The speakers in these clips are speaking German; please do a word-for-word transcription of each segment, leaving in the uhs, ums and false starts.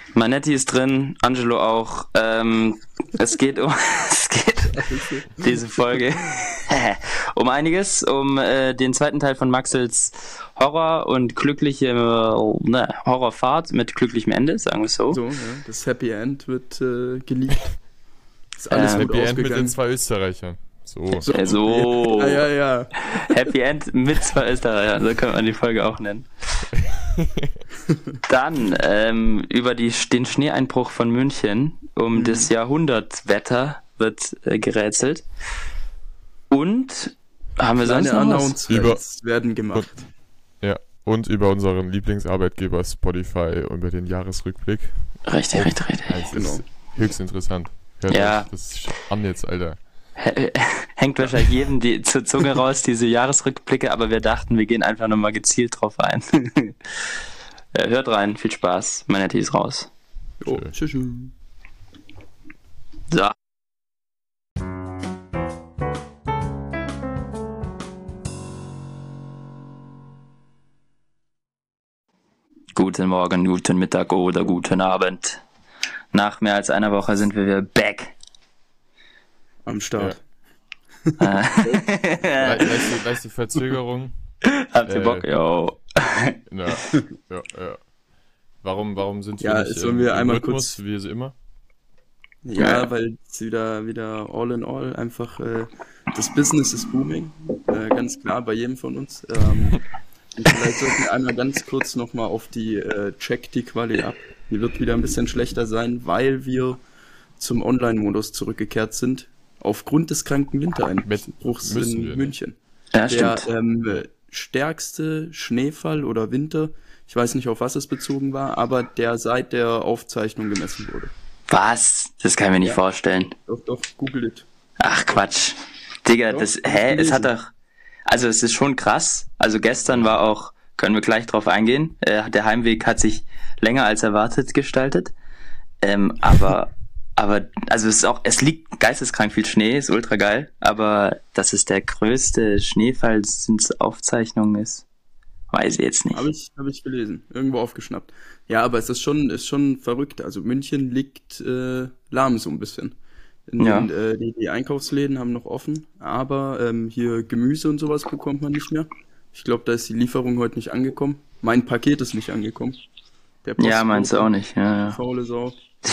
Manetti ist drin, Angelo auch. Ähm, es geht um es geht diese Folge um einiges, um äh, den zweiten Teil von Maxels Horror und glückliche äh, ne, Horrorfahrt mit glücklichem Ende, sagen wir es so. So, ja, das Happy End wird äh, geleakt. Ist alles ähm, gut Happy ausgegangen. End mit den zwei Österreichern. So. So, so. Ja, ja, ja. Happy End mit zwei Österreichern, so könnte man die Folge auch nennen. Dann ähm, über die, den Schneeeinbruch von München, um mhm. das Jahrhundertwetter wird äh, gerätselt. Und haben wir sonst noch was? Über, werden gemacht. Und, ja, und über unseren Lieblingsarbeitgeber Spotify und über den Jahresrückblick. Richtig, richtig, richtig. Das genau. ist höchst interessant. Hört ja. euch das an jetzt, Alter. Hängt wahrscheinlich jedem die, zur Zunge raus, diese Jahresrückblicke, aber wir dachten, wir gehen einfach nochmal gezielt drauf ein. Hört rein, viel Spaß. Manetti ist raus. Oh, tschüss. So. Guten Morgen, guten Mittag oder guten Abend. Nach mehr als einer Woche sind wir wieder back. Am Start. Ja. Le leichte, leichte Verzögerung. Habt ihr Bock? Äh, Jo. Ja, ja, ja. Warum, warum sind wir ja, nicht sollen im, wir im einmal Rhythmus, kurz, wie es immer? Ja, Ja. weil es wieder, wieder all in all einfach, äh, das Business ist booming, äh, ganz klar bei jedem von uns. Ähm, und vielleicht sollten wir einmal ganz kurz nochmal auf die äh, Check die Quali ab. Die wird wieder ein bisschen schlechter sein, weil wir zum Online-Modus zurückgekehrt sind, aufgrund des kranken Wintereinbruchs Müssen wir in München. Ja, Der stimmt. ähm, stärkste Schneefall oder Winter, ich weiß nicht, auf was es bezogen war, aber der seit der Aufzeichnung gemessen wurde. Was? Das kann ich mir nicht Ja. vorstellen. Doch, doch, google it. Ach Quatsch. Digga, Doch, das, hab ich hä? Es hat gelesen. doch, also es ist schon krass. Also gestern war auch, können wir gleich drauf eingehen, äh, der Heimweg hat sich länger als erwartet gestaltet. Ähm, aber, aber, also es ist auch, es liegt geisteskrank viel Schnee, ist ultra geil, aber dass es der größte Schneefall sind Aufzeichnungen ist, weiß ich jetzt nicht. Habe ich, hab ich gelesen, irgendwo aufgeschnappt. Ja, aber es ist schon, ist schon verrückt. Also München liegt äh, lahm so ein bisschen. In Ja. den, äh, die, die Einkaufsläden haben noch offen, aber ähm, hier Gemüse und sowas bekommt man nicht mehr. Ich glaube, da ist die Lieferung heute nicht angekommen. Mein Paket ist nicht angekommen. Der Ja, meinst du Postbote, auch nicht, ja, ja. Faule Sau.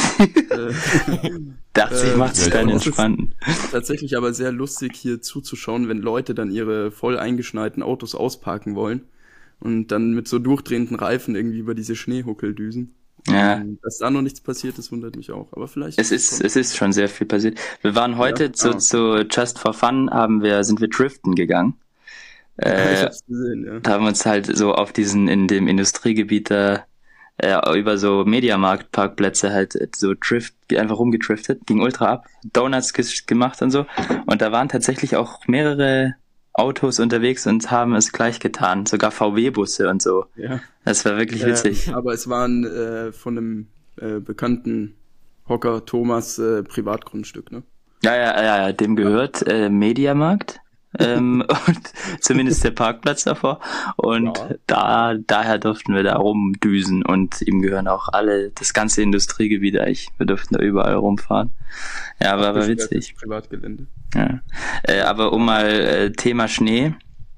äh, Dachte ich, äh, macht's ja, keinen das ist- entspannten. Tatsächlich aber sehr lustig hier zuzuschauen, wenn Leute dann ihre voll eingeschneiten Autos ausparken wollen und dann mit so durchdrehenden Reifen irgendwie über diese Schneehuckel düsen. Ja. Ähm, Dass da noch nichts passiert ist, wundert mich auch. Aber vielleicht. Es ist, es ist schon sehr viel passiert. Wir waren heute Ja? zu, Ah. zu Just for Fun, haben wir, sind wir driften gegangen. Ja, ich Äh, hab's gesehen, ja. da haben wir uns halt so auf diesen, in dem Industriegebiet da, äh, über so Mediamarkt-Parkplätze halt äh, so Drift, einfach rumgedriftet, ging ultra ab, Donuts ges- gemacht und so. Und da waren tatsächlich auch mehrere Autos unterwegs und haben es gleich getan, sogar V W-Busse und so. Ja. Das war wirklich witzig. Ähm, aber es waren äh, von einem äh, bekannten Hocker Thomas äh, Privatgrundstück, ne? Ja, ja, ja, ja, dem gehört äh, Mediamarkt. ähm, und zumindest der Parkplatz davor. Und Ja. da, daher durften wir da rumdüsen und ihm gehören auch alle, das ganze Industriegebiet eigentlich. Wir durften da überall rumfahren. Ja, aber war Abgesperrtes witzig. Privatgelände. Ja. Äh, aber um mal äh, Thema Schnee.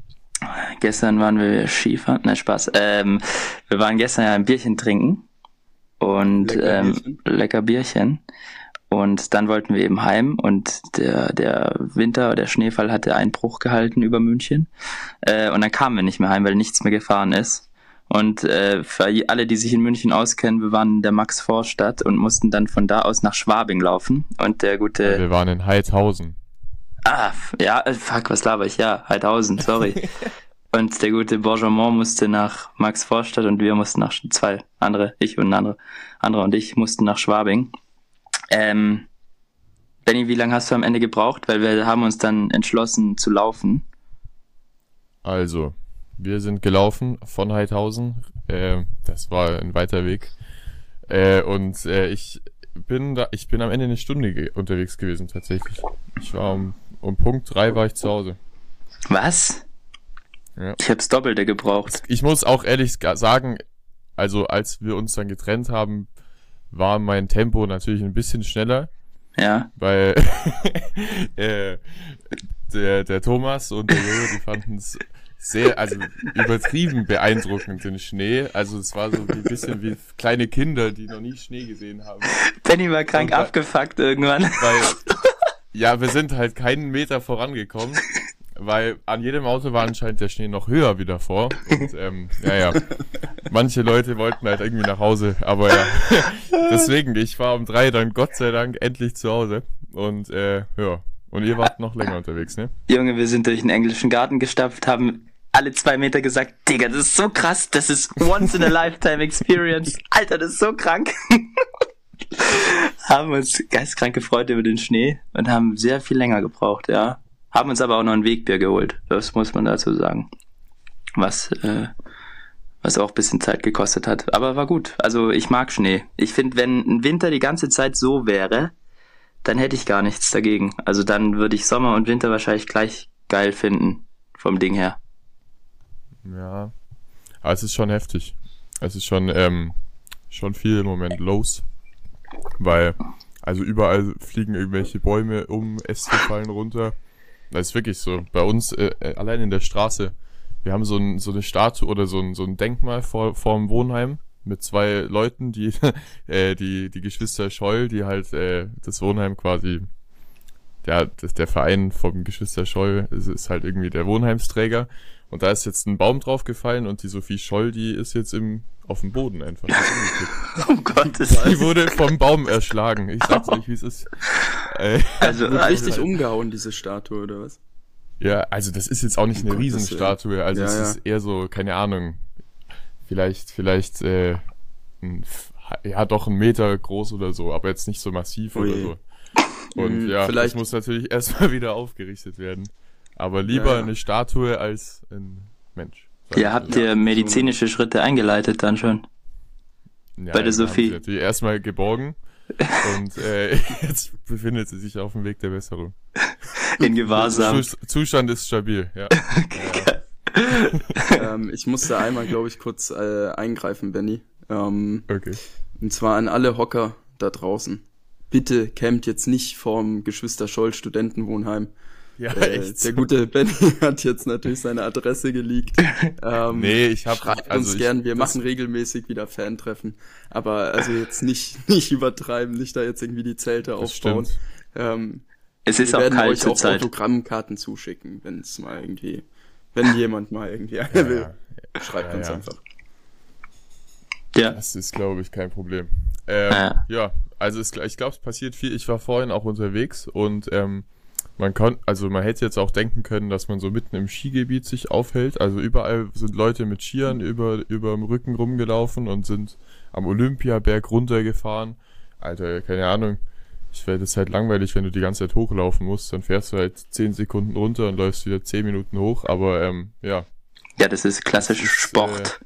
Gestern waren wir Skifahren, nein, Spaß. Ähm, wir waren gestern ja ein Bierchen trinken und Lecker ähm, Bierchen. lecker Bierchen. Und dann wollten wir eben heim und der, der Winter, der Schneefall hatte Einbruch gehalten über München. Äh, und dann kamen wir nicht mehr heim, weil nichts mehr gefahren ist. Und äh, für alle, die sich in München auskennen, wir waren in der Max-Vorstadt und mussten dann von da aus nach Schwabing laufen. Und der gute... Wir waren in Heidhausen. Ah, f- ja, äh, fuck, was laber ich? Ja, Heidhausen, sorry. Und der gute Bourgemont musste nach Max Vorstadt und wir mussten nach Sch- zwei andere, ich und ein andere, andere und ich mussten nach Schwabing. Ähm, Benni, wie lange hast du am Ende gebraucht? Weil wir haben uns dann entschlossen zu laufen. Also, wir sind gelaufen von Heidhausen. Äh, das war ein weiter Weg. Äh, und äh, ich bin da, ich bin am Ende eine Stunde ge unterwegs gewesen tatsächlich. Ich war um, um Punkt drei war ich zu Hause. Was? Ja. Ich hab's Doppelte gebraucht. Ich muss auch ehrlich ga- sagen, also als wir uns dann getrennt haben, war mein Tempo natürlich ein bisschen schneller, Ja. weil äh, der, der Thomas und der Jojo, die fanden es sehr, also übertrieben beeindruckend, den Schnee. Also es war so ein bisschen wie kleine Kinder, die noch nie Schnee gesehen haben. Benny war krank Und da- abgefuckt irgendwann. Weil, ja, wir sind halt keinen Meter vorangekommen, weil an jedem Auto war anscheinend der Schnee noch höher wie davor. Und ähm, ja, ja, manche Leute wollten halt irgendwie nach Hause, aber ja, deswegen, ich war um drei dann Gott sei Dank endlich zu Hause. Und äh, ja, und ihr wart noch länger unterwegs, ne? Junge, wir sind durch den englischen Garten gestapft, haben alle zwei Meter gesagt, Digga, das ist so krass, das ist once in a lifetime experience. Alter, das ist so krank. Haben uns geistkrank gefreut über den Schnee und haben sehr viel länger gebraucht, ja. Haben uns aber auch noch ein Wegbier geholt, das muss man dazu sagen. Was, äh, was auch ein bisschen Zeit gekostet hat. Aber war gut. Also ich mag Schnee. Ich finde, wenn ein Winter die ganze Zeit so wäre, dann hätte ich gar nichts dagegen. Also dann würde ich Sommer und Winter wahrscheinlich gleich geil finden, vom Ding her. Ja, aber es ist schon heftig. Es ist schon, ähm, schon viel im Moment los. Weil, also überall fliegen irgendwelche Bäume um, Äste fallen runter. Das ist wirklich so. Bei uns, äh, äh, allein in der Straße, wir haben so, ein, so eine Statue oder so ein, so ein Denkmal vor, vor dem Wohnheim mit zwei Leuten, die, äh, die, die Geschwister Scholl, die halt, äh, das Wohnheim quasi, ja, das, der Verein vom Geschwister Scholl ist, ist halt irgendwie der Wohnheimsträger. Und da ist jetzt ein Baum draufgefallen und die Sophie Scholl, die ist jetzt im, auf dem Boden einfach. Um Gottes Die wurde vom Baum erschlagen. Ich sag's euch, wie es ist. Äh, Also, Wird also richtig umgehauen, diese Statue, oder was? ja, also das ist jetzt auch nicht Um eine Gottes Riesenstatue. Also Ja, es ja. ist eher so, keine Ahnung, vielleicht, vielleicht, äh, ein, ja doch ein Meter groß oder so, aber jetzt nicht so massiv Oh oder je. so. Und Hm, ja, vielleicht- das muss natürlich erstmal wieder aufgerichtet werden. Aber lieber Ja, ja. eine Statue als ein Mensch. sag ihr ich habt so. ihr medizinische Schritte eingeleitet dann schon. Ja, bei der wir Sophie. haben sie natürlich erstmal geborgen und äh, jetzt befindet sie sich auf dem Weg der Besserung. In Gewahrsam. Zus- Zustand ist stabil, ja. ähm, ich musste einmal, glaube ich, kurz äh, eingreifen, Benny. Ähm, Okay. und zwar an alle Hocker da draußen. Bitte campt jetzt nicht vorm Geschwister Scholl Studentenwohnheim. Ja, Äh, echt. der gute Benny hat jetzt natürlich seine Adresse geleakt. Ähm, Nee, ich hab- Schreibt also uns ich- gern, wir das- machen regelmäßig wieder Fantreffen. Aber also jetzt nicht, nicht übertreiben, nicht da jetzt irgendwie die Zelte Das aufbauen. stimmt. Ähm, Es ist wir auch werden kalt euch zur auch Zeit. Autogrammkarten zuschicken, wenn es mal irgendwie, wenn jemand mal irgendwie eine Ja, will. ja. Schreibt Ja, uns ja. einfach. Ja. Das ist, glaube ich, kein Problem. Ähm, Ja. ja, also es, ich glaube, es passiert viel. Ich war vorhin auch unterwegs und ähm, man kann, also man hätte jetzt auch denken können, dass man so mitten im Skigebiet sich aufhält. Also überall sind Leute mit Skiern über über dem Rücken rumgelaufen und sind am Olympiaberg runtergefahren. Alter, keine Ahnung. Ich werde es halt langweilig, wenn du die ganze Zeit hochlaufen musst. Dann fährst du halt zehn Sekunden runter und läufst wieder zehn Minuten hoch. Aber ähm, ja. Ja, das ist klassisch Das ist, Sport.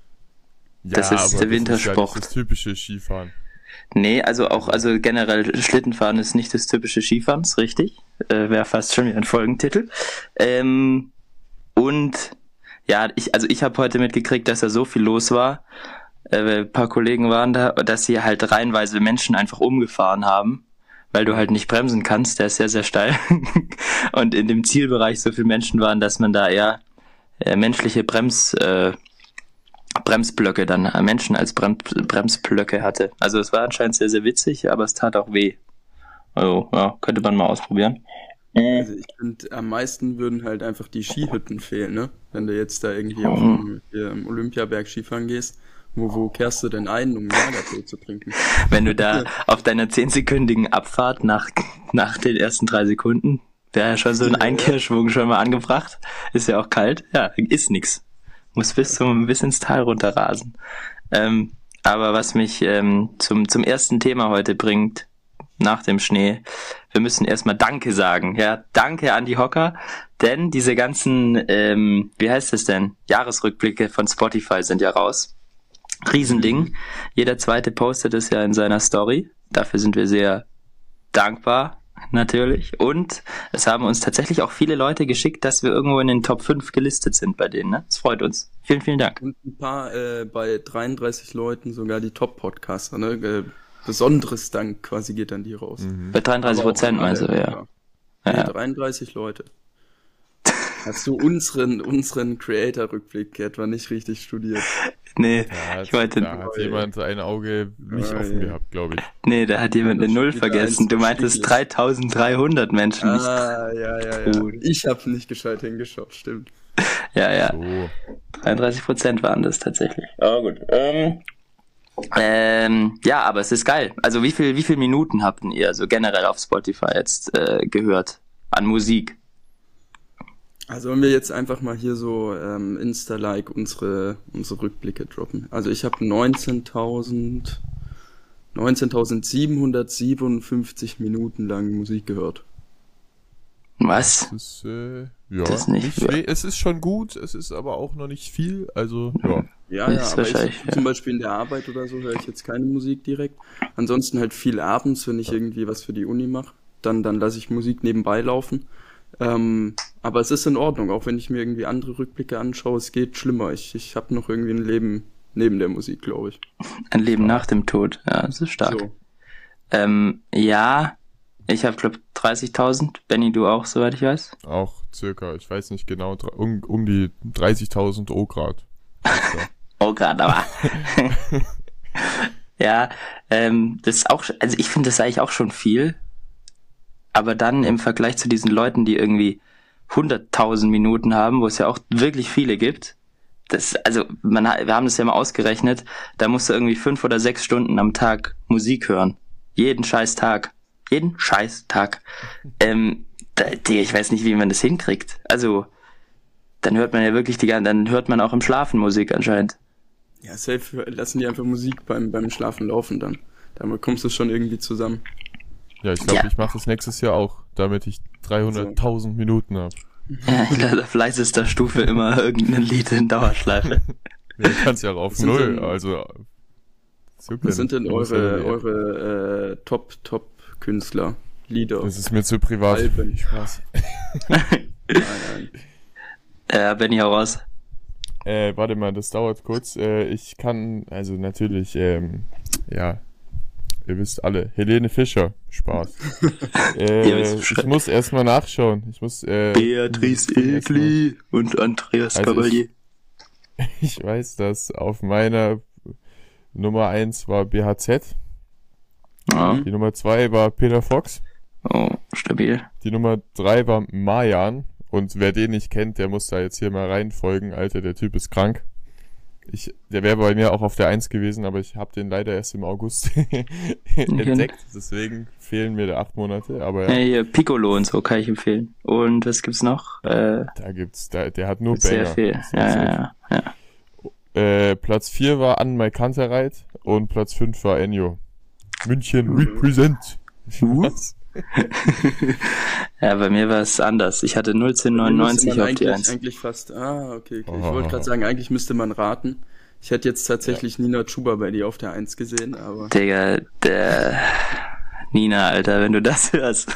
ja, Das ist aber der Das Wintersport. ist ja nicht das typische Skifahren. Nee, also auch, also generell Schlittenfahren ist nicht das typische Skifahren, ist richtig. Äh, Wäre fast schon wieder ein Folgentitel. Ähm, und ja, ich, also ich habe heute mitgekriegt, dass da so viel los war. Äh, ein paar Kollegen waren da, dass sie halt reihenweise Menschen einfach umgefahren haben, weil du halt nicht bremsen kannst, der ist sehr, sehr steil. Und in dem Zielbereich so viele Menschen waren, dass man da eher äh, menschliche Brems, äh, Bremsblöcke dann, äh, Menschen als Brem Bremsblöcke hatte. Also es war anscheinend sehr, sehr witzig, aber es tat auch weh. Also, ja, könnte man mal ausprobieren. Äh, Also ich finde, am meisten würden halt einfach die Skihütten fehlen, ne? Wenn du jetzt da irgendwie auf dem, hier im Olympiaberg Skifahren gehst, wo, wo kehrst du denn ein, um Lagertee zu trinken? Wenn du da auf deiner zehnsekündigen Abfahrt nach, nach den ersten drei Sekunden, wäre ja schon so ein Einkehrschwung schon mal angebracht. Ist ja auch kalt. Ja, ist nix. Muss bis zum, bis ins Tal runterrasen. Ähm, aber was mich ähm, zum, zum ersten Thema heute bringt, nach dem Schnee, wir müssen erstmal Danke sagen. Ja, danke an die Hocker, denn diese ganzen, ähm, wie heißt es denn, Jahresrückblicke von Spotify sind ja raus. Riesending. Jeder zweite postet es ja in seiner Story. Dafür sind wir sehr dankbar, natürlich. Und es haben uns tatsächlich auch viele Leute geschickt, dass wir irgendwo in den Top fünf gelistet sind bei denen. Ne? Das freut uns. Vielen, vielen Dank. Und ein paar, äh, bei dreiunddreißig Leuten sogar die Top-Podcaster, ne? Äh, besonderes Dank quasi geht an die raus. Mhm. Bei dreiunddreißig Prozent meinst du, ja. ja. Ja. Nee, dreiunddreißig Leute. Hast du unseren, unseren Creator-Rückblick etwa nicht richtig studiert? Nee, Da hat, ich wollte, da hat jemand ein Auge nicht Oh, offen ja. gehabt, glaube ich. nee, da hat jemand eine Das Null steht wieder vergessen. eins Du meintest verschiedene. dreitausenddreihundert Menschen. nicht- Ah, ja, ja, ja. Cool. Ich habe nicht gescheit hingeschaut, stimmt. Ja, ja. So. dreiunddreißig Prozent waren das tatsächlich. Ah, gut. Ähm, ähm, ja, aber es ist geil. Also wie viel, wie viel Minuten habt ihr so generell auf Spotify jetzt äh, gehört an Musik? Also wenn wir jetzt einfach mal hier so ähm, Insta-like unsere, unsere Rückblicke droppen. Also ich habe neunzehntausend neunzehntausendsiebenhundertsiebenundfünfzig Minuten lang Musik gehört. Was? Das ist, äh, ja, Das nicht, ja. nee, es ist schon gut, es ist aber auch noch nicht viel, also, ja. Ja, Das ja, ist aber ich, wahrscheinlich, ja. zum Beispiel in der Arbeit oder so höre ich jetzt keine Musik direkt. Ansonsten halt viel abends, wenn ich irgendwie was für die Uni mache. Dann, dann lasse ich Musik nebenbei laufen. Ähm, aber es ist in Ordnung, auch wenn ich mir irgendwie andere Rückblicke anschaue, es geht schlimmer. Ich, ich habe noch irgendwie ein Leben neben der Musik, glaube ich. Ein Leben nach dem Tod. Ja, das ist stark. So. Ähm, ja, ich habe, glaube dreißigtausend. Benny, du auch, soweit ich weiß. Auch circa, ich weiß nicht genau, dr- um, um die dreißigtausend O Grad. Oh, gerade aber. Ja, ähm, das ist auch, also ich finde das eigentlich auch schon viel. Aber dann im Vergleich zu diesen Leuten, die irgendwie hunderttausend Minuten haben, wo es ja auch wirklich viele gibt, das, also man, ha- wir haben das ja mal ausgerechnet, da musst du irgendwie fünf oder sechs Stunden am Tag Musik hören. Jeden scheiß Tag. Jeden scheiß Tag. Ähm, da, die, ich weiß nicht, wie man das hinkriegt. Also, dann hört man ja wirklich die ganze, dann hört man auch im Schlafen Musik anscheinend. Ja, safe lassen die einfach Musik beim, beim Schlafen laufen dann. Damit kommst du schon irgendwie zusammen. Ja, ich glaube, Ja. ich mache das nächstes Jahr auch, damit ich dreihunderttausend Minuten habe. Ja, ich glaube, auf leisester Stufe immer irgendein Lied in Dauerschleife. Nee, du kannst ja auch auf Was sind null, denn- also. Was Was sind denn eure, eure äh, Top-Top-Künstler, Lieder? Das ist mir zu privat. Alben. Spaß. Nein, nein. Äh, Benny, hau raus. Äh, warte mal, das dauert kurz. Äh, ich kann, also natürlich, ähm, ja, ihr wisst alle, Helene Fischer, Spaß. Ihr äh, wisst Bescheid. ich muss erstmal nachschauen. Ich muss, äh, Beatrice Egli und Andreas Also Cavalier. ich weiß, dass auf meiner Nummer eins war B H Z, Ja. die Nummer zwei war Peter Fox, Oh, stabil. die Nummer drei war Marjan. Und wer den nicht kennt, der muss da jetzt hier mal reinfolgen. Alter, der Typ ist krank. Ich, der wäre bei mir auch auf der eins gewesen, aber ich habe den leider erst im August entdeckt. Deswegen fehlen mir da acht Monate. Aber Ja, ja, hier, Piccolo und so kann ich empfehlen. Und was gibt's noch? Äh, da gibt's, da, der hat nur sehr Banger. viel. Das ist Ja, safe. ja, ja, ja. Äh, Platz vier war Anmai Kantereit und Platz fünf war Ennio. München represent. Was? Ja, bei mir war es anders. Ich hatte null zehn neunundneunzig Müsste man auf die eigentlich, eins. eigentlich fast, ah, okay, okay. Ich Oh. wollte gerade sagen, eigentlich müsste man raten. Ich hätte jetzt tatsächlich Nina Chuba bei dir auf der eins gesehen, aber Digga, der Nina, Alter, wenn du das hörst.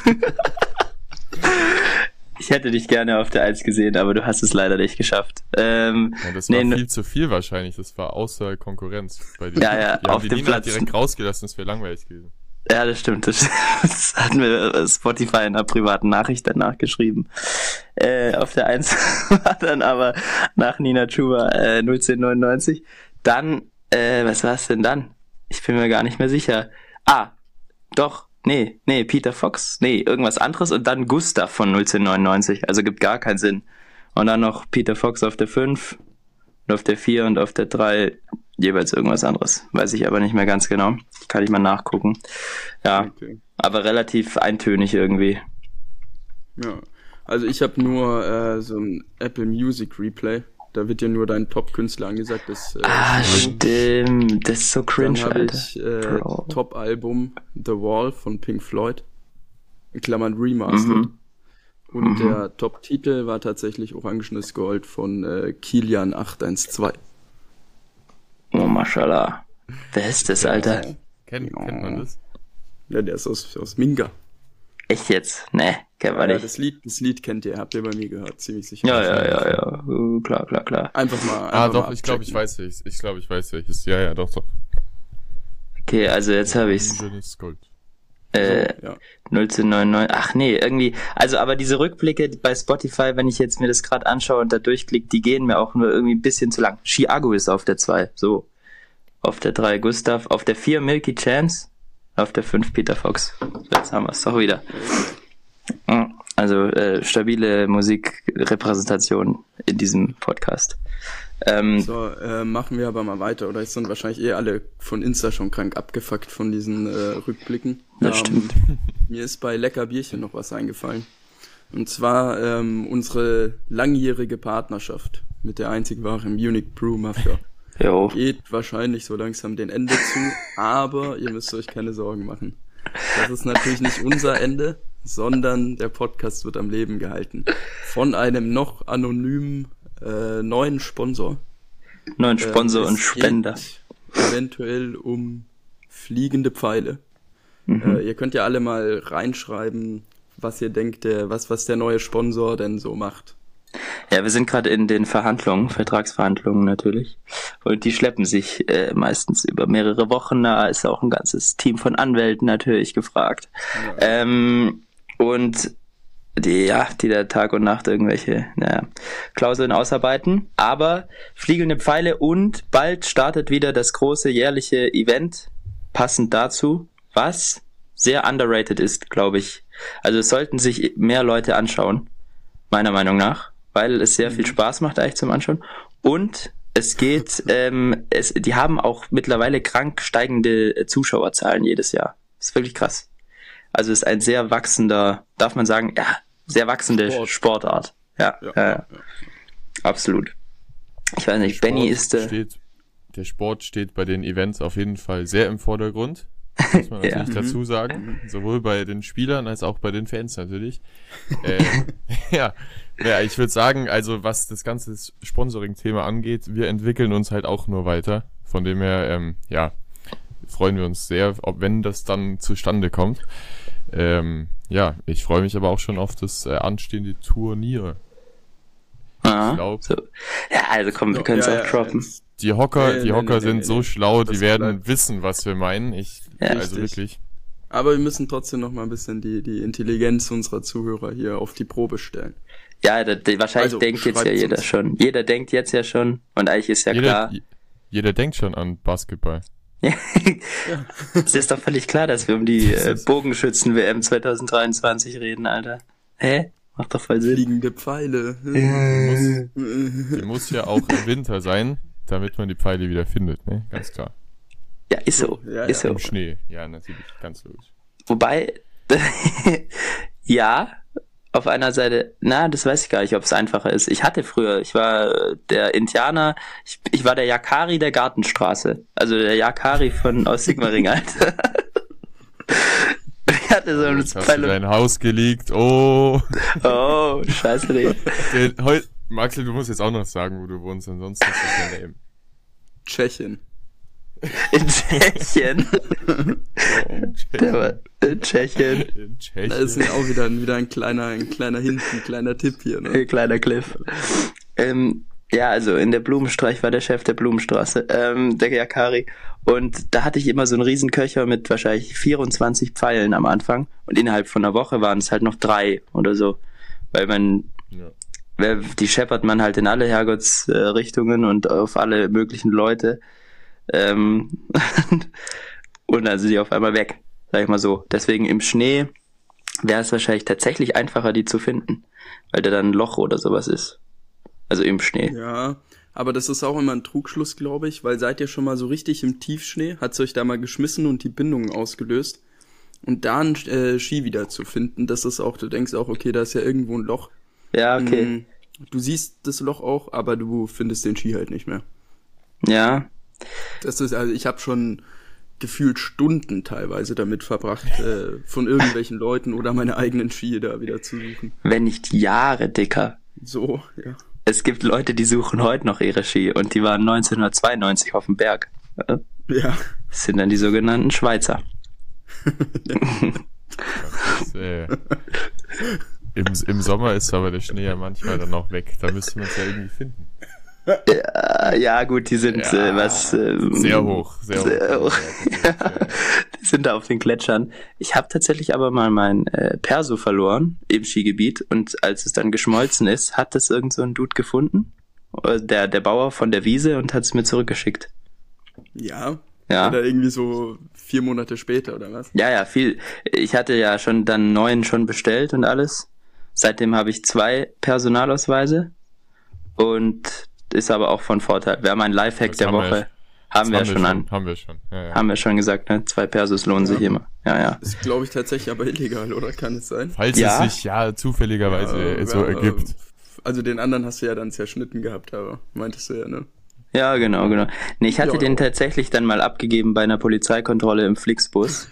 Ich hätte dich gerne auf der eins gesehen, aber du hast es leider nicht geschafft. Ähm, Ja, das nee, war ne- viel zu viel wahrscheinlich. Das war außer Konkurrenz bei dir. Ja, ja, Die haben auf die dem Nina Platz. direkt rausgelassen, das wäre langweilig gewesen. Ja, das stimmt. Das, das hat mir Spotify in einer privaten Nachricht danach geschrieben. Äh, auf der eins war dann aber nach Nina Chuba äh, null zehn neunundneunzig. Dann, äh, was war's denn dann? Ich bin mir gar nicht mehr sicher. Ah, doch, nee, nee, Peter Fox, nee, irgendwas anderes und dann Gustav von null zehn neunundneunzig. Also gibt gar keinen Sinn. Und dann noch Peter Fox auf der fünf und auf der vier und auf der drei jeweils irgendwas anderes. Weiß ich aber nicht mehr ganz genau. Kann ich mal nachgucken. Ja, okay. aber relativ eintönig irgendwie. Ja. Also ich habe nur äh, so ein Apple Music Replay. Da wird dir nur dein Top-Künstler angesagt. Das, äh, Ah, ist- stimmt. Das ist so Dann cringe, habe Alter. ich äh, Bro. Top-Album The Wall von Pink Floyd. In Klammern Remastered. Mhm. Und Mhm. der Top-Titel war tatsächlich Orangenes Gold von äh, Kilian acht eins zwei. Oh, mashallah. Wer ist das, Alter? Kennt, kennt man das? Ja, der ist aus, aus Minga. Echt jetzt? Nee, kennt man Ja, nicht. das Lied, das Lied kennt ihr, habt ihr bei mir gehört, ziemlich sicher. Ja, ja, ja, ja. Uh, klar, klar, klar. Einfach mal. Einfach Ah, mal doch, ich glaube, ich abchecken. weiß welches. Ich glaube, ich weiß welches. Ja, ja, doch, doch. Okay, also jetzt habe ich's. Ist Gold. Äh, So, ja. null zu neunundneunzig. Ach nee, irgendwie. Also, aber diese Rückblicke bei Spotify, wenn ich jetzt mir das gerade anschaue und da durchklicke, die gehen mir auch nur irgendwie ein bisschen zu lang. Chiago ist auf der zwei, so. Auf der drei Gustav, auf der vier Milky Chance, auf der fünf Peter Fox. So, jetzt haben wir es doch wieder. Also äh, stabile Musikrepräsentation in diesem Podcast. Ähm, So, äh, machen wir aber mal weiter, oder sind wahrscheinlich eh alle von Insta schon krank abgefuckt von diesen äh, Rückblicken. Das Ähm, stimmt. Mir ist bei Lecker Bierchen noch was eingefallen. Und zwar ähm, unsere langjährige Partnerschaft mit der einzig wahren Munich Brew Mafia. Jo. Geht wahrscheinlich so langsam den Ende zu, aber ihr müsst euch keine Sorgen machen. Das ist natürlich nicht unser Ende, sondern der Podcast wird am Leben gehalten. Von einem noch anonymen äh, neuen Sponsor. Neuen Sponsor Ähm, und es Spender. geht eventuell um fliegende Pfeile. Mhm. Äh, ihr könnt ja alle mal reinschreiben, was ihr denkt, der, was, was der neue Sponsor denn so macht. Ja, wir sind gerade in den Verhandlungen, Vertragsverhandlungen natürlich. Und die schleppen sich äh, meistens über mehrere Wochen. Da ist auch ein ganzes Team von Anwälten natürlich gefragt. Ja. Ähm, und die, ja, die da Tag und Nacht irgendwelche naja, Klauseln ausarbeiten. Aber fliegende Pfeile und bald startet wieder das große jährliche Event, passend dazu, was sehr underrated ist, glaube ich. Also es sollten sich mehr Leute anschauen, meiner Meinung nach, weil es sehr viel Spaß macht eigentlich zum Anschauen. Und es geht, ähm, es, die haben auch mittlerweile krank steigende Zuschauerzahlen jedes Jahr. Das ist wirklich krass. Also es ist ein sehr wachsender, darf man sagen, ja, sehr wachsende Sport. Sportart. Ja, Ja, ja, ja. absolut. Ich weiß nicht, Benny ist der... steht, der Sport steht bei den Events auf jeden Fall sehr im Vordergrund. Muss man Ja. natürlich dazu sagen. Sowohl bei den Spielern als auch bei den Fans natürlich. äh, ja. ja, ich würde sagen, also was das ganze Sponsoring-Thema angeht, wir entwickeln uns halt auch nur weiter. Von dem her, ähm, ja, freuen wir uns sehr, ob wenn das dann zustande kommt. Ähm, ja, ich freue mich aber auch schon auf das äh, anstehende Turnier. Ah, Ich glaub- so. Ja, also komm, wir können es Ja, auch ja, droppen. jetzt- Die Hocker, Nee, die nee, Hocker nee, sind nee, so nee. schlau, die Das werden bleibt- wissen, was wir meinen. Ich, Ja, also richtig. wirklich. Aber wir müssen trotzdem noch mal ein bisschen die, die Intelligenz unserer Zuhörer hier auf die Probe stellen. Ja, da, da, wahrscheinlich Also, denkt jetzt ja schreibt's jeder uns. schon. Jeder denkt jetzt ja schon. Und eigentlich ist ja Jeder, klar. j- jeder denkt schon an Basketball. Es ist doch völlig klar, dass wir um die Das äh, ist- Bogenschützen-W M zwanzig dreiundzwanzig reden, Alter. Hä? Macht doch voll Sinn. Fliegende Pfeile. Die muss ja auch im Winter sein, damit man die Pfeile wieder findet, ne? Ganz klar. Ja, ist so. Ja, ist ja. so. Im Schnee. Ja, natürlich, ganz logisch. Wobei, ja, auf einer Seite, na, das weiß ich gar nicht, ob es einfacher ist. Ich hatte früher, ich war äh, der Indianer, ich, ich war der Yakari der Gartenstraße. Also der Yakari von aus Sigmaring, Alter. Ich hatte so ein Jetzt hast du Pfeil dein Haus geleakt. Oh. Oh, scheiße, nee. Der, heu, Maxel, du musst jetzt auch noch sagen, wo du wohnst, ansonsten ist das ja lame. Tschechien. In Tschechien. Der war in Tschechien. In Tschechien. Da ist ja auch wieder, ein- wieder ein kleiner, ein kleiner Hint, ein kleiner Tipp hier, ne? Ein kleiner Cliff. Ähm, ja, also in der Blumenstraße, ich war der Chef der Blumenstraße, ähm, der Yakari. Und da hatte ich immer so einen Riesenköcher mit wahrscheinlich vierundzwanzig Pfeilen am Anfang. Und innerhalb von einer Woche waren es halt noch drei oder so. Weil man, Ja. wer- die scheppert man halt in alle Herrgottsrichtungen und auf alle möglichen Leute. Ähm, und dann sind die auf einmal weg, sag ich mal so. Deswegen im Schnee wäre es wahrscheinlich tatsächlich einfacher, die zu finden. Weil da dann ein Loch oder sowas ist. Also im Schnee. Ja, aber das ist auch immer ein Trugschluss, glaube ich, weil seid ihr schon mal so richtig im Tiefschnee, hat's euch da mal geschmissen und die Bindungen ausgelöst. Und da einen äh, Ski wieder zu finden, das ist auch, du denkst auch, okay, da ist ja irgendwo ein Loch. Ja, okay. Mm, Du siehst das Loch auch, aber du findest den Ski halt nicht mehr. Ja. Das ist, also ich habe schon gefühlt Stunden teilweise damit verbracht, äh, von irgendwelchen Leuten oder meine eigenen Ski da wieder zu suchen. Wenn nicht Jahre, Dicker. So, ja. Es gibt Leute, die suchen heute noch ihre Ski und die waren neunzehnhundertzweiundneunzig auf dem Berg. Ja. Das sind dann die sogenannten Schweizer. Das ist, äh, im, Im Sommer ist aber der Schnee ja manchmal dann auch weg. Da müsste man es ja irgendwie finden. Ja, ja, gut, die sind Ja, äh, was ähm, sehr hoch, sehr, sehr hoch. hoch. Die sind da auf den Gletschern. Ich habe tatsächlich aber mal mein äh, Perso verloren im Skigebiet und als es dann geschmolzen ist, hat das irgend so ein Dude gefunden, äh, der der Bauer von der Wiese, und hat es mir zurückgeschickt. Ja. Ja. Oder irgendwie so vier Monate später, oder was? Ja, ja, viel. Ich hatte ja schon dann neuen schon bestellt und alles. Seitdem habe ich zwei Personalausweise und ist aber auch von Vorteil. Wir haben einen Lifehack Das der haben wir Woche. ja- Haben wir Das schon an. Haben wir schon. Ja, ja. Haben wir schon gesagt, ne? Zwei Persos lohnen sich Ja. immer. Ja, ja. Ist, glaube ich, tatsächlich aber illegal, oder? Kann es sein? Falls Ja. es sich ja zufälligerweise Ja, so ja, ergibt. Also den anderen hast du ja dann zerschnitten gehabt, aber meintest du ja, ne? Ja, genau, genau. Nee, ich hatte Ja, den ja. tatsächlich dann mal abgegeben bei einer Polizeikontrolle im Flixbus.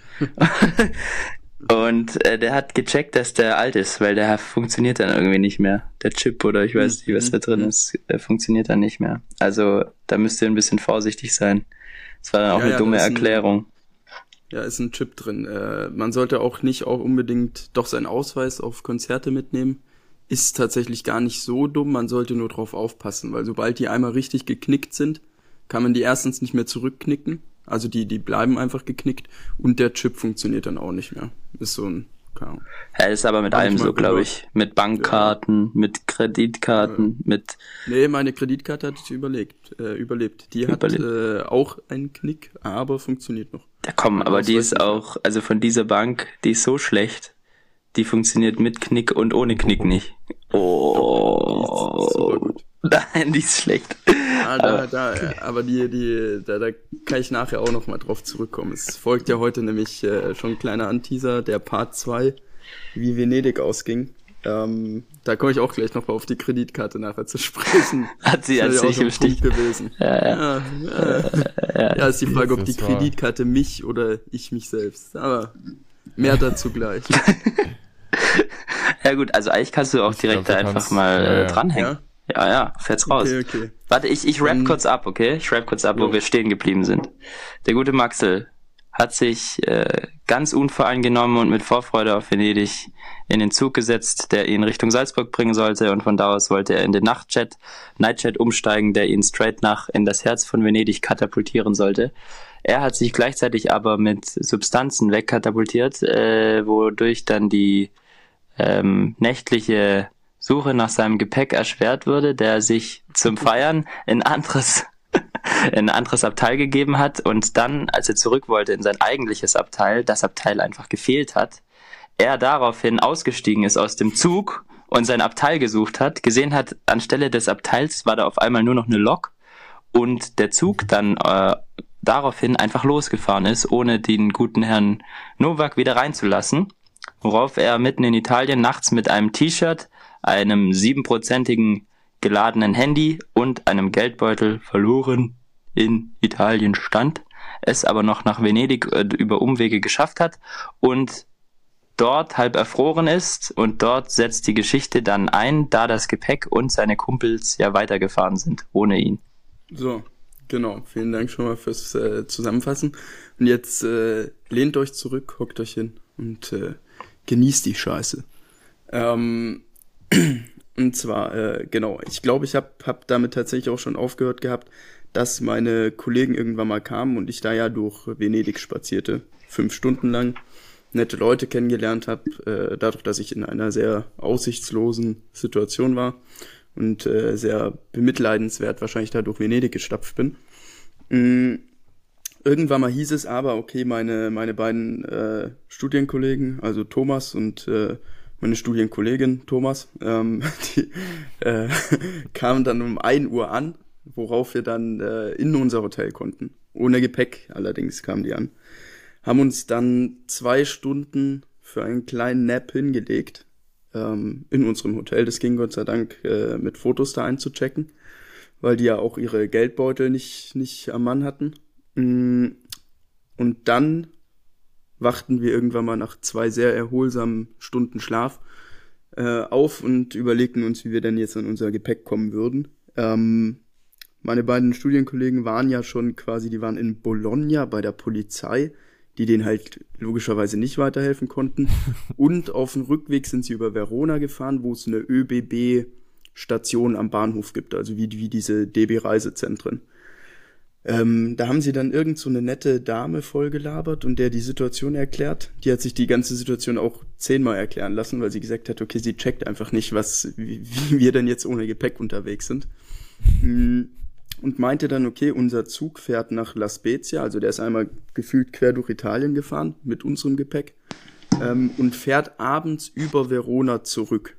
Und äh, der hat gecheckt, dass der alt ist, weil der funktioniert dann irgendwie nicht mehr. Der Chip oder ich weiß nicht, was da drin Mhm. ist, der funktioniert dann nicht mehr. Also da müsst ihr ein bisschen vorsichtig sein. Das war dann auch Ja, eine ja, dumme da ist ein- Erklärung. Ja, ist ein Chip drin. Äh, man sollte auch nicht auch unbedingt doch seinen Ausweis auf Konzerte mitnehmen. Ist tatsächlich gar nicht so dumm, man sollte nur drauf aufpassen, weil sobald die einmal richtig geknickt sind, kann man die erstens nicht mehr zurückknicken. Also die, die bleiben einfach geknickt und der Chip funktioniert dann auch nicht mehr. Ist so ein, keine Ahnung. Ja, ist aber mit Hab ich allem mal so, glaube gehört. ich. Mit Bankkarten, mit Kreditkarten, mit... Nee, meine Kreditkarte hat überlebt. Äh, überlebt. Die hat Überlebt. äh, auch einen Knick, aber funktioniert noch. Ja komm, Mein aber die Ausweis ist nicht mehr. auch, also von dieser Bank, die ist so schlecht. Die funktioniert mit Knick und ohne Knick nicht. Oh. Super gut. Nein, die ist schlecht. Ah, da, da, äh, aber die, die, da, da kann ich nachher auch noch mal drauf zurückkommen. Es folgt ja heute nämlich äh, schon ein kleiner Anteaser, der Part zwei, wie Venedig ausging. Ähm, da komme ich auch gleich noch mal auf die Kreditkarte nachher zu sprechen. Hat sie, Das hat ist sie ja auch nicht so ein im Stich. Punkt gewesen. Ja, ja. Ja, ja. Ja, ist die Frage, ob die Das war- Kreditkarte mich oder ich mich selbst. Aber mehr dazu gleich. Ja gut, also eigentlich kannst du auch Ich direkt glaub, da du einfach kannst- mal ja, äh, ja. dranhängen. Ja? Ja, ja, fährt's raus. Okay, okay. Warte, ich, ich rap Dann- kurz ab, okay? Ich rap kurz ab, wo Jo. wir stehen geblieben sind. Der gute Maxel hat sich äh, ganz unvoreingenommen und mit Vorfreude auf Venedig in den Zug gesetzt, der ihn Richtung Salzburg bringen sollte, und von da aus wollte er in den Nachtjet, Nightjet umsteigen, der ihn straight nach in das Herz von Venedig katapultieren sollte. Er hat sich gleichzeitig aber mit Substanzen wegkatapultiert, äh, wodurch dann die ähm, nächtliche Suche nach seinem Gepäck erschwert würde, der sich zum Feiern in anderes in ein anderes Abteil gegeben hat und dann, als er zurück wollte in sein eigentliches Abteil, das Abteil einfach gefehlt hat, er daraufhin ausgestiegen ist aus dem Zug und sein Abteil gesucht hat, gesehen hat, anstelle des Abteils war da auf einmal nur noch eine Lok und der Zug dann äh, daraufhin einfach losgefahren ist, ohne den guten Herrn Novak wieder reinzulassen, worauf er mitten in Italien nachts mit einem T-Shirt, einem siebenprozentigen geladenen Handy und einem Geldbeutel verloren in Italien stand, es aber noch nach Venedig äh, über Umwege geschafft hat und dort halb erfroren ist, und dort setzt die Geschichte dann ein, da das Gepäck und seine Kumpels ja weitergefahren sind, ohne ihn. So, genau. Vielen Dank schon mal fürs äh, Zusammenfassen. Und jetzt äh, lehnt euch zurück, hockt euch hin und äh, genießt die Scheiße. Ähm, und zwar, äh, genau, ich glaube, ich habe hab damit tatsächlich auch schon aufgehört gehabt, dass meine Kollegen irgendwann mal kamen und ich da ja durch Venedig spazierte, fünf Stunden lang, nette Leute kennengelernt habe, äh, dadurch, dass ich in einer sehr aussichtslosen Situation war und äh, sehr bemitleidenswert wahrscheinlich da durch Venedig gestapft bin. Mm, irgendwann mal hieß es aber, okay, meine meine beiden äh, Studienkollegen, also Thomas und äh, meine Studienkollegin Thomas, ähm, die äh, kamen dann um ein Uhr an, worauf wir dann äh, in unser Hotel konnten. Ohne Gepäck allerdings kamen die an. Haben uns dann zwei Stunden für einen kleinen Nap hingelegt ähm, in unserem Hotel. Das ging Gott sei Dank äh, mit Fotos da einzuchecken, weil die ja auch ihre Geldbeutel nicht nicht am Mann hatten. Und dann wachten wir irgendwann mal nach zwei sehr erholsamen Stunden Schlaf äh, auf und überlegten uns, wie wir denn jetzt an unser Gepäck kommen würden. Ähm, meine beiden Studienkollegen waren ja schon quasi, die waren in Bologna bei der Polizei, die denen halt logischerweise nicht weiterhelfen konnten. Und auf dem Rückweg sind sie über Verona gefahren, wo es eine ÖBB Stationen am Bahnhof gibt, also wie, wie diese D B-Reisezentren. Ähm, da haben sie dann irgend so eine nette Dame vollgelabert und der die Situation erklärt. Die hat sich die ganze Situation auch zehnmal erklären lassen, weil sie gesagt hat, okay, sie checkt einfach nicht, was, wie, wie wir denn jetzt ohne Gepäck unterwegs sind. Und meinte dann, okay, unser Zug fährt nach La Spezia, also der ist einmal gefühlt quer durch Italien gefahren mit unserem Gepäck, ähm, und fährt abends über Verona zurück.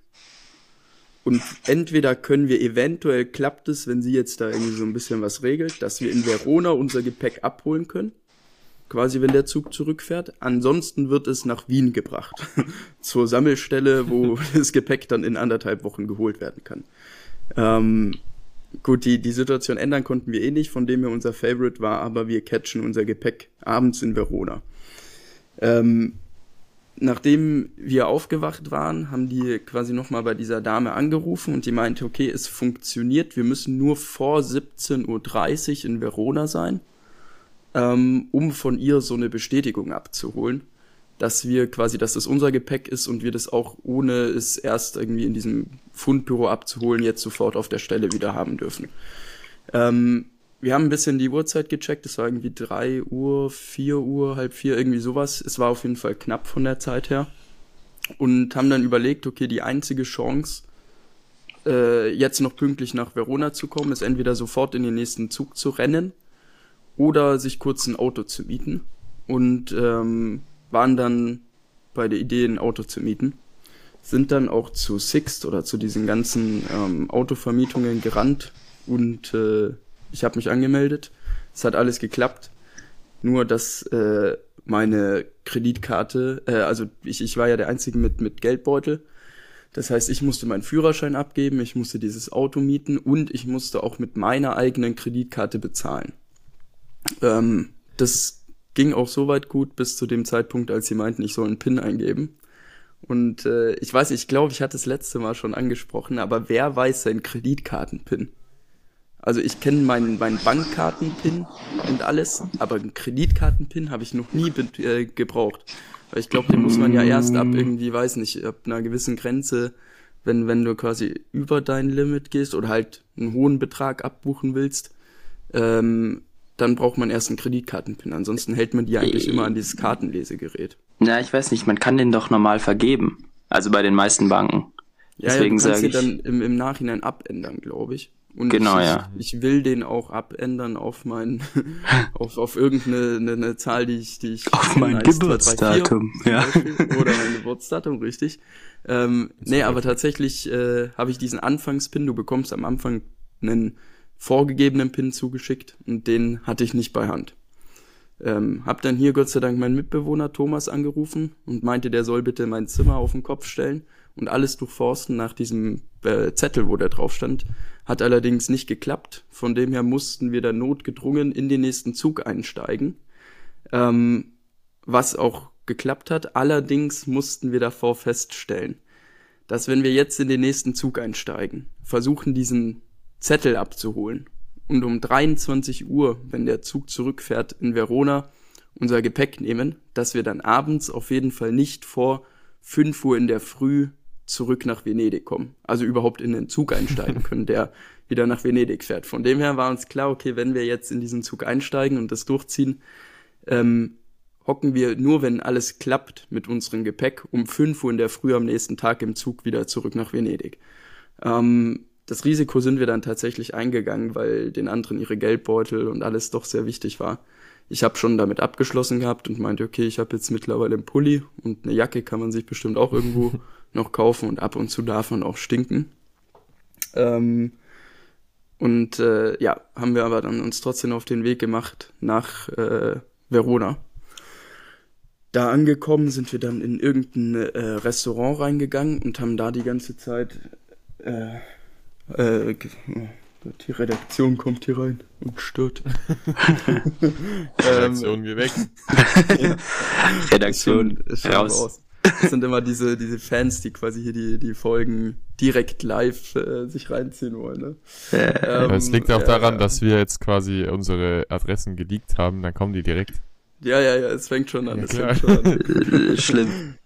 Und entweder können wir eventuell, klappt es, wenn sie jetzt da irgendwie so ein bisschen was regelt, dass wir in Verona unser Gepäck abholen können, quasi wenn der Zug zurückfährt. Ansonsten wird es nach Wien gebracht, zur Sammelstelle, wo das Gepäck dann in anderthalb Wochen geholt werden kann. Ähm, gut, die, die Situation ändern konnten wir eh nicht, von dem her unser Favorite war, aber wir catchen unser Gepäck abends in Verona. Ähm, Nachdem wir aufgewacht waren, haben die quasi nochmal bei dieser Dame angerufen und die meinte, okay, es funktioniert, wir müssen nur vor siebzehn Uhr dreißig in Verona sein, ähm, um von ihr so eine Bestätigung abzuholen, dass wir quasi, dass das unser Gepäck ist und wir das auch, ohne es erst irgendwie in diesem Fundbüro abzuholen, jetzt sofort auf der Stelle wieder haben dürfen. Ähm, Wir haben ein bisschen die Uhrzeit gecheckt, es war irgendwie drei Uhr, vier Uhr, halb vier, irgendwie sowas. Es war auf jeden Fall knapp von der Zeit her. Und haben dann überlegt, okay, die einzige Chance, äh, jetzt noch pünktlich nach Verona zu kommen, ist entweder sofort in den nächsten Zug zu rennen oder sich kurz ein Auto zu mieten. Und ähm, waren dann bei der Idee, ein Auto zu mieten. Sind dann auch zu Sixt oder zu diesen ganzen ähm, Autovermietungen gerannt und äh, ich habe mich angemeldet, es hat alles geklappt, nur dass äh, meine Kreditkarte, äh, also ich, ich war ja der Einzige mit, mit Geldbeutel, das heißt, ich musste meinen Führerschein abgeben, ich musste dieses Auto mieten und ich musste auch mit meiner eigenen Kreditkarte bezahlen. Ähm, das ging auch soweit gut bis zu dem Zeitpunkt, als sie meinten, ich soll einen PIN eingeben. Und äh, ich weiß, ich glaube, ich hatte das letzte Mal schon angesprochen, aber wer weiß seinen Kreditkarten-PIN? Also ich kenne meinen, meinen Bankkarten-PIN und alles, aber einen Kreditkarten-PIN habe ich noch nie be- äh, gebraucht. Weil ich glaube, den muss man ja erst ab irgendwie, weiß nicht, ab einer gewissen Grenze, wenn wenn du quasi über dein Limit gehst oder halt einen hohen Betrag abbuchen willst, ähm, dann braucht man erst einen Kreditkarten-PIN. Ansonsten hält man die eigentlich immer an dieses Kartenlesegerät. Na, ich weiß nicht, man kann den doch normal vergeben. Also bei den meisten Banken. Ja, Deswegen ja, du kannst sage den ich. dann im, im Nachhinein abändern, glaube ich. Und Genau, ich, ja. ich will den auch abändern auf mein, auf, auf irgendeine eine, eine Zahl, die ich, die ich. Auf mein eins, zwei, drei, Geburtsdatum, vier, ja. zum Beispiel. Oder mein Geburtsdatum, richtig. Ähm, nee, aber tatsächlich äh, habe ich diesen Anfangspin, du bekommst am Anfang einen vorgegebenen Pin zugeschickt und den hatte ich nicht bei Hand. Ähm, hab dann hier Gott sei Dank meinen Mitbewohner Thomas angerufen und meinte, der soll bitte mein Zimmer auf den Kopf stellen und alles durchforsten nach diesem äh, Zettel, wo der drauf stand. Hat allerdings nicht geklappt. Von dem her mussten wir dann notgedrungen in den nächsten Zug einsteigen. Ähm, was auch geklappt hat. Allerdings mussten wir davor feststellen, dass wenn wir jetzt in den nächsten Zug einsteigen, versuchen diesen Zettel abzuholen und um dreiundzwanzig Uhr, wenn der Zug zurückfährt in Verona, unser Gepäck nehmen, dass wir dann abends auf jeden Fall nicht vor fünf Uhr in der Früh zurück nach Venedig kommen. Also überhaupt in den Zug einsteigen können, der wieder nach Venedig fährt. Von dem her war uns klar, okay, wenn wir jetzt in diesen Zug einsteigen und das durchziehen, ähm, hocken wir nur, wenn alles klappt mit unserem Gepäck, um fünf Uhr in der Früh am nächsten Tag im Zug wieder zurück nach Venedig. Ähm, das Risiko sind wir dann tatsächlich eingegangen, weil den anderen ihre Geldbeutel und alles doch sehr wichtig war. Ich habe schon damit abgeschlossen gehabt und meinte, okay, ich habe jetzt mittlerweile einen Pulli und eine Jacke kann man sich bestimmt auch irgendwo noch kaufen und ab und zu darf man auch stinken. Ähm, und äh, ja, haben wir aber dann uns trotzdem auf den Weg gemacht nach äh, Verona. Da angekommen sind wir dann in irgendein äh, Restaurant reingegangen und haben da die ganze Zeit äh, äh, die Redaktion kommt hier rein und stört. Redaktion, geh weg. Redaktion, es schaut raus. aus. Das sind immer diese diese Fans, die quasi hier die die Folgen direkt live äh, sich reinziehen wollen. Ne? Äh, Ähm, Es liegt auch ja, daran, ja. dass wir jetzt quasi unsere Adressen geleakt haben, dann kommen die direkt. Ja, ja, ja, es fängt schon an. Ja, Es klar. fängt schon an. äh, schlimm.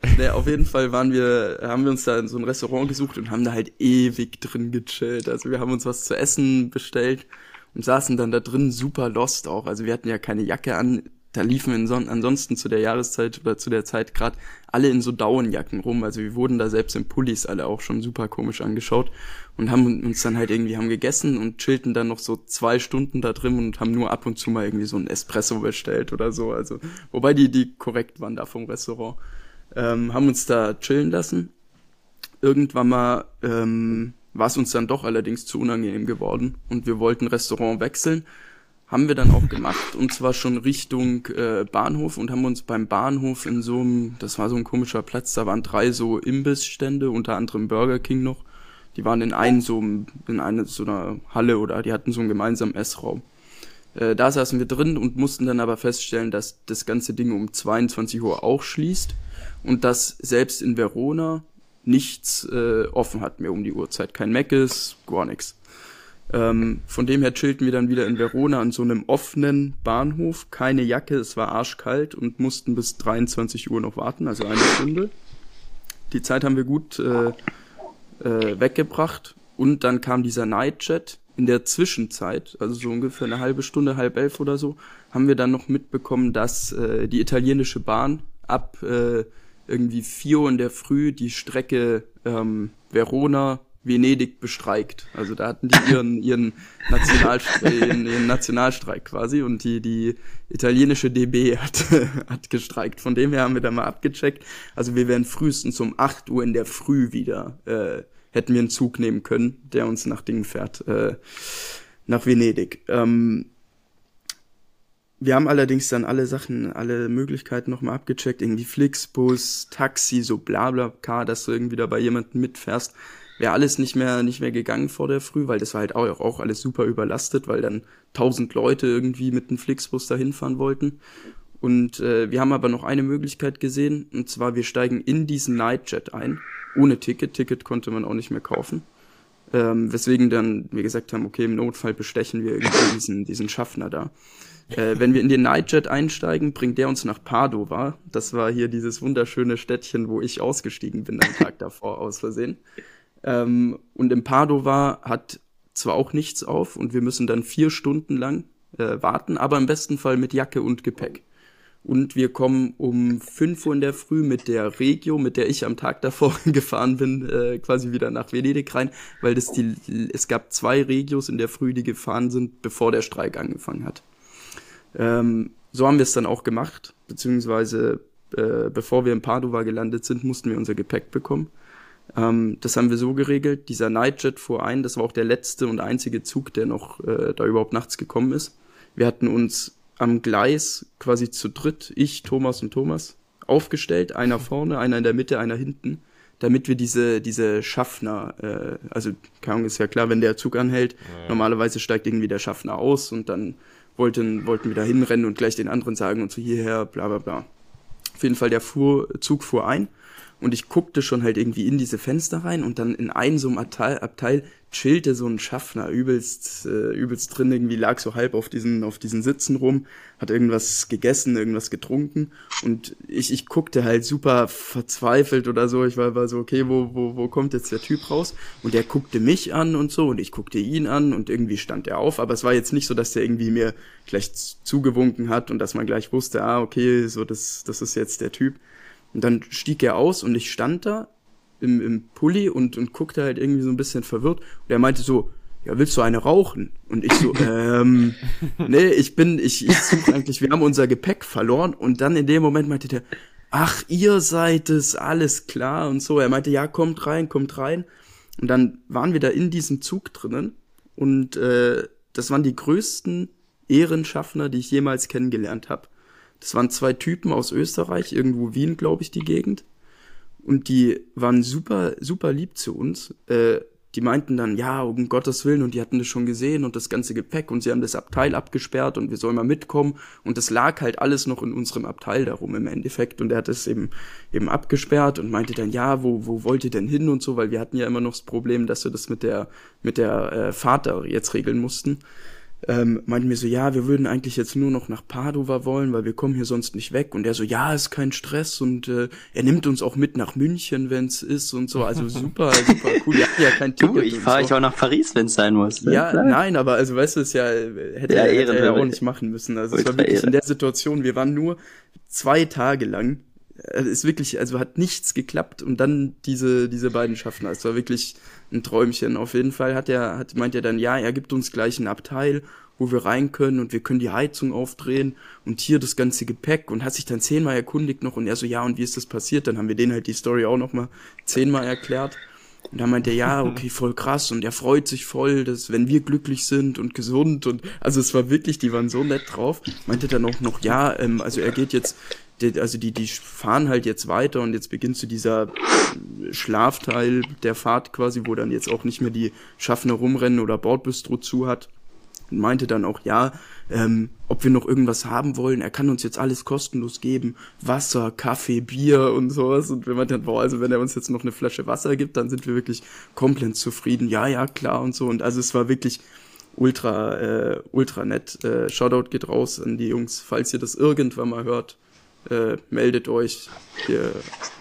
Nee, auf jeden Fall waren wir, haben wir uns da in so ein Restaurant gesucht und haben da halt ewig drin gechillt. Also wir haben uns was zu essen bestellt und saßen dann da drin super lost auch. Also wir hatten ja keine Jacke an. Da liefen in son- ansonsten zu der Jahreszeit oder zu der Zeit gerade alle in so Daunenjacken rum. Also wir wurden da selbst in Pullis alle auch schon super komisch angeschaut und haben uns dann halt irgendwie haben gegessen und chillten dann noch so zwei Stunden da drin und haben nur ab und zu mal irgendwie so ein Espresso bestellt oder so. Also wobei die die korrekt waren da vom Restaurant. Ähm, haben uns da chillen lassen. Irgendwann mal ähm, war es uns dann doch allerdings zu unangenehm geworden und wir wollten Restaurant wechseln. Haben wir dann auch gemacht und zwar schon Richtung äh, Bahnhof und haben uns beim Bahnhof in so einem, das war so ein komischer Platz, da waren drei so Imbissstände, unter anderem Burger King noch. Die waren in einem so, in einer so einer Halle oder die hatten so einen gemeinsamen Essraum. Äh, da saßen wir drin und mussten dann aber feststellen, dass das ganze Ding um zweiundzwanzig Uhr auch schließt und dass selbst in Verona nichts äh, offen hat mehr um die Uhrzeit. Kein Mc's, gar nichts. Ähm, von dem her chillten wir dann wieder in Verona an so einem offenen Bahnhof. Keine Jacke, es war arschkalt und mussten bis dreiundzwanzig Uhr noch warten, also eine Stunde. Die Zeit haben wir gut äh, äh, weggebracht und dann kam dieser Nightjet. In der Zwischenzeit, also so ungefähr eine halbe Stunde, halb elf oder so, haben wir dann noch mitbekommen, dass äh, die italienische Bahn ab äh, irgendwie vier Uhr in der Früh die Strecke ähm, Verona Venedig bestreikt. Also da hatten die ihren ihren Nationalstreik, ihren, ihren Nationalstreik quasi und die die italienische D B hat hat gestreikt. Von dem her haben wir da mal abgecheckt. Also wir wären frühestens um acht Uhr in der Früh wieder äh, hätten wir einen Zug nehmen können, der uns nach Dingen fährt, äh, nach Venedig. Ähm, wir haben allerdings dann alle Sachen, alle Möglichkeiten nochmal abgecheckt, irgendwie Flixbus, Taxi, so Blablacar, dass du irgendwie da bei jemandem mitfährst. Wäre alles nicht mehr nicht mehr gegangen vor der Früh, weil das war halt auch, auch alles super überlastet, weil dann tausend Leute irgendwie mit einem Flixbus dahin fahren wollten. Und äh, wir haben aber noch eine Möglichkeit gesehen, und zwar wir steigen in diesen Nightjet ein, ohne Ticket. Ticket konnte man auch nicht mehr kaufen. Ähm, weswegen dann wir gesagt haben, okay, im Notfall bestechen wir irgendwie diesen, diesen Schaffner da. Äh, wenn wir in den Nightjet einsteigen, bringt der uns nach Padova. Das war hier dieses wunderschöne Städtchen, wo ich ausgestiegen bin am Tag davor aus Versehen. Ähm, und in Padova hat zwar auch nichts auf und wir müssen dann vier Stunden lang äh, warten, aber im besten Fall mit Jacke und Gepäck. Und wir kommen um fünf Uhr in der Früh mit der Regio, mit der ich am Tag davor gefahren bin, äh, quasi wieder nach Venedig rein, weil das die, es gab zwei Regios in der Früh, die gefahren sind, bevor der Streik angefangen hat. Ähm, so haben wir es dann auch gemacht, beziehungsweise äh, bevor wir in Padova gelandet sind, mussten wir unser Gepäck bekommen. Ähm, das haben wir so geregelt, dieser Nightjet fuhr ein, das war auch der letzte und einzige Zug, der noch äh, da überhaupt nachts gekommen ist. Wir hatten uns am Gleis quasi zu dritt, ich, Thomas und Thomas, aufgestellt, einer vorne, einer in der Mitte, einer hinten, damit wir diese diese Schaffner, äh, also keine Ahnung, ist ja klar, wenn der Zug anhält, ja, ja. Normalerweise steigt irgendwie der Schaffner aus und dann wollten wollten wir da hinrennen und gleich den anderen sagen und so hierher, bla bla bla. Auf jeden Fall, der fuhr, Zug fuhr ein und ich guckte schon halt irgendwie in diese Fenster rein und dann in einem so einem Abteil, Abteil chillte so ein Schaffner übelst äh, übelst drin, irgendwie lag so halb auf diesen auf diesen Sitzen rum, hat irgendwas gegessen, irgendwas getrunken und ich ich guckte halt super verzweifelt oder so, ich war war so, okay, wo wo wo kommt jetzt der Typ raus? Und der guckte mich an und so und ich guckte ihn an und irgendwie stand er auf, aber es war jetzt nicht so, dass der irgendwie mir gleich zugewunken hat und dass man gleich wusste, ah, okay, so das das ist jetzt der Typ. Und dann stieg er aus und ich stand da im, im Pulli und, und guckte halt irgendwie so ein bisschen verwirrt. Und er meinte so, ja, willst du eine rauchen? Und ich so, ähm, nee, ich bin, ich, ich suche eigentlich, wir haben unser Gepäck verloren. Und dann in dem Moment meinte der, ach, ihr seid es, alles klar und so. Er meinte, ja, kommt rein, kommt rein. Und dann waren wir da in diesem Zug drinnen. Und äh, das waren die größten Ehrenschaffner, die ich jemals kennengelernt habe. Das waren zwei Typen aus Österreich, irgendwo Wien, glaube ich, die Gegend. Und die waren super, super lieb zu uns. Äh, die meinten dann, ja, um Gottes Willen, und die hatten das schon gesehen und das ganze Gepäck und sie haben das Abteil abgesperrt und wir sollen mal mitkommen. Und das lag halt alles noch in unserem Abteil darum im Endeffekt. Und er hat es eben eben abgesperrt und meinte dann, ja, wo wo wollt ihr denn hin und so, weil wir hatten ja immer noch das Problem, dass wir das mit der mit der äh, Fahrt da jetzt regeln mussten. ähm, meinten mir so, ja, wir würden eigentlich jetzt nur noch nach Padova wollen, weil wir kommen hier sonst nicht weg. Und er so, ja, ist kein Stress und äh, er nimmt uns auch mit nach München, wenn es ist und so. Also super, super cool. Wir hatten ja kein Ticket. Du, ich fahre so. ich auch nach Paris, wenn es sein muss. Ne? Ja, Klar. nein, aber also weißt du, es ja hätte, Ja, er, hätte er ja auch Ehre. nicht machen müssen. Also es Ultra war wirklich Ehre. in der Situation, wir waren nur zwei Tage lang. Es ist wirklich, also hat nichts geklappt und dann diese diese beiden Schaffner. Es war wirklich ein Träumchen. Auf jeden Fall hat er, hat meint er dann, ja, er gibt uns gleich ein Abteil, wo wir rein können und wir können die Heizung aufdrehen und hier das ganze Gepäck und hat sich dann zehnmal erkundigt noch und er so, ja, und wie ist das passiert? Dann haben wir denen halt die Story auch nochmal zehnmal erklärt. Und dann meint er, ja, okay, voll krass und er freut sich voll, dass wenn wir glücklich sind und gesund und also es war wirklich, die waren so nett drauf. Meinte dann auch noch, ja, ähm, also er geht jetzt, die, also die die fahren halt jetzt weiter und jetzt beginnt so dieser Schlafteil der Fahrt quasi, wo dann jetzt auch nicht mehr die Schaffner rumrennen oder Bordbistro zu hat. Und meinte dann auch, ja, ähm, ob wir noch irgendwas haben wollen, er kann uns jetzt alles kostenlos geben, Wasser, Kaffee, Bier und sowas. Und wir meinten dann, boah, also wenn er uns jetzt noch eine Flasche Wasser gibt, dann sind wir wirklich komplett zufrieden. Ja, ja, klar und so. Und also es war wirklich ultra, äh, ultra nett. Äh, Shoutout geht raus an die Jungs, falls ihr das irgendwann mal hört, äh, meldet euch. Ihr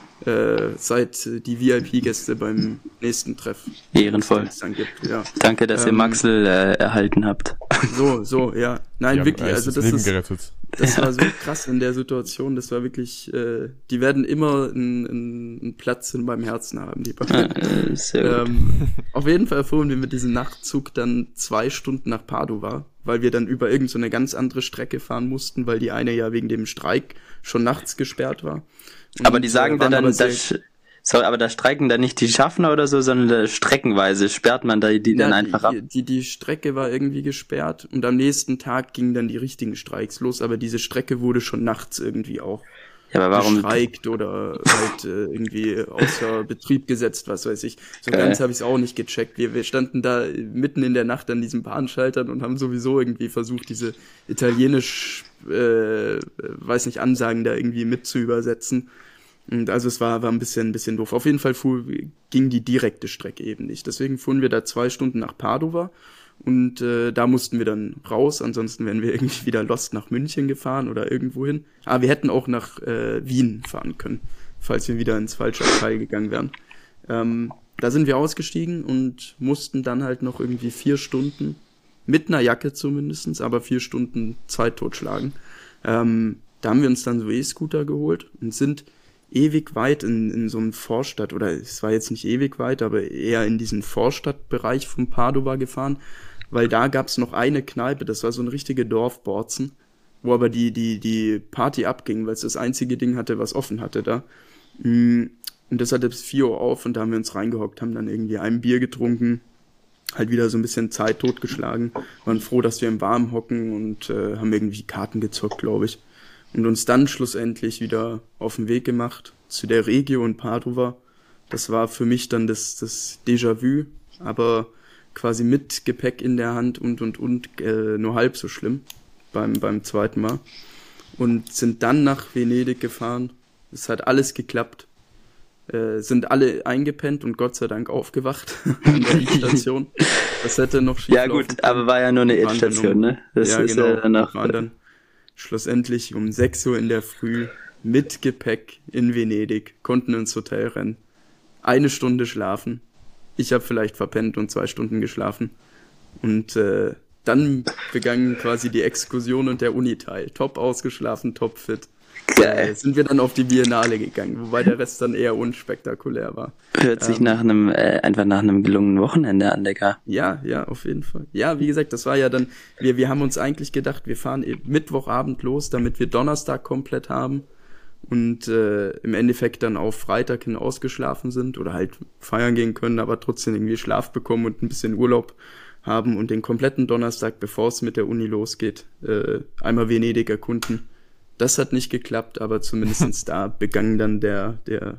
äh, seid die V I P-Gäste beim nächsten Treff. Ehrenvoll. Den es dann gibt, ja. Danke, dass ihr Ähm, Maxel äh, erhalten habt. So, so, ja. Nein, Die haben wirklich, Eis also das das Leben ist, gerettet. das war so krass in der Situation, das war wirklich, äh, die werden immer einen, einen Platz in meinem Herzen haben, die beiden. Äh, sehr gut. Ähm, auf jeden Fall fuhren wir mit diesem Nachtzug dann zwei Stunden nach Padova, weil wir dann über irgend so eine ganz andere Strecke fahren mussten, weil die eine ja wegen dem Streik schon nachts gesperrt war. Und, Aber die sagen äh, dann, waren dann aber sehr- das, sorry, aber da streiken dann nicht die Schaffner oder so, sondern streckenweise sperrt man da die dann Ja, einfach ab. die, die, die Strecke war irgendwie gesperrt und am nächsten Tag gingen dann die richtigen Streiks los, aber diese Strecke wurde schon nachts irgendwie auch Ja, aber warum? gestreikt oder halt äh, irgendwie außer Betrieb gesetzt, was weiß ich. So Geil. ganz habe ich es auch nicht gecheckt. Wir, wir standen da mitten in der Nacht an diesen Bahnschaltern und haben sowieso irgendwie versucht, diese italienisch, äh, weiß nicht, Ansagen da irgendwie mit zu übersetzen. Und also es war, war ein bisschen, ein bisschen doof. Auf jeden Fall fuhr, ging die direkte Strecke eben nicht. Deswegen fuhren wir da zwei Stunden nach Padova und äh, da mussten wir dann raus. Ansonsten wären wir irgendwie wieder lost nach München gefahren oder irgendwo hin. Aber wir hätten auch nach äh, Wien fahren können, falls wir wieder ins falsche Abteil gegangen wären. Ähm, da sind wir ausgestiegen und mussten dann halt noch irgendwie vier Stunden, mit einer Jacke zumindestens, aber vier Stunden Zeit totschlagen. Ähm, da haben wir uns dann so E-Scooter geholt und sind ewig weit in, in so einem Vorstadt, oder es war jetzt nicht ewig weit, aber eher in diesen Vorstadtbereich von Padova gefahren, weil da gab's noch eine Kneipe, das war so eine richtige Dorfborzen, wo aber die, die, die Party abging, weil es das einzige Ding hatte, was offen hatte da. Und das hatte bis vier Uhr auf und da haben wir uns reingehockt, haben dann irgendwie ein Bier getrunken, halt wieder so ein bisschen Zeit totgeschlagen, waren froh, dass wir im Warmen hocken und äh, haben irgendwie Karten gezockt, glaube ich. Und uns dann schlussendlich wieder auf den Weg gemacht zu der Regio in Padova. Das war für mich dann das, das Déjà-vu, aber quasi mit Gepäck in der Hand und, und, und, äh, nur halb so schlimm beim, beim zweiten Mal. Und sind dann nach Venedig gefahren. Es hat alles geklappt. Äh, sind alle eingepennt und Gott sei Dank aufgewacht an der Endstation. Das hätte noch schief Ja gut, aber war ja nur eine Wir waren dann Endstation, um- ne? Das ja, ist genau. ja dann noch. Wir waren dann schlussendlich um sechs Uhr in der Früh mit Gepäck in Venedig, konnten ins Hotel rennen, eine Stunde schlafen. Ich habe vielleicht verpennt und zwei Stunden geschlafen. Und äh, dann begann quasi die Exkursion und der Uniteil. Top ausgeschlafen, top fit. Geil. Äh, sind wir dann auf die Biennale gegangen, wobei der Rest dann eher unspektakulär war. Hört sich ähm, nach einem, äh, einfach nach einem gelungenen Wochenende an, Digga. Ja, ja, auf jeden Fall. Ja, wie gesagt, das war ja dann, wir, wir haben uns eigentlich gedacht, wir fahren eben Mittwochabend los, damit wir Donnerstag komplett haben und äh, im Endeffekt dann auf Freitag hin ausgeschlafen sind oder halt feiern gehen können, aber trotzdem irgendwie Schlaf bekommen und ein bisschen Urlaub haben und den kompletten Donnerstag, bevor es mit der Uni losgeht, äh, einmal Venedig erkunden. Das hat nicht geklappt, aber zumindestens da begann dann der, der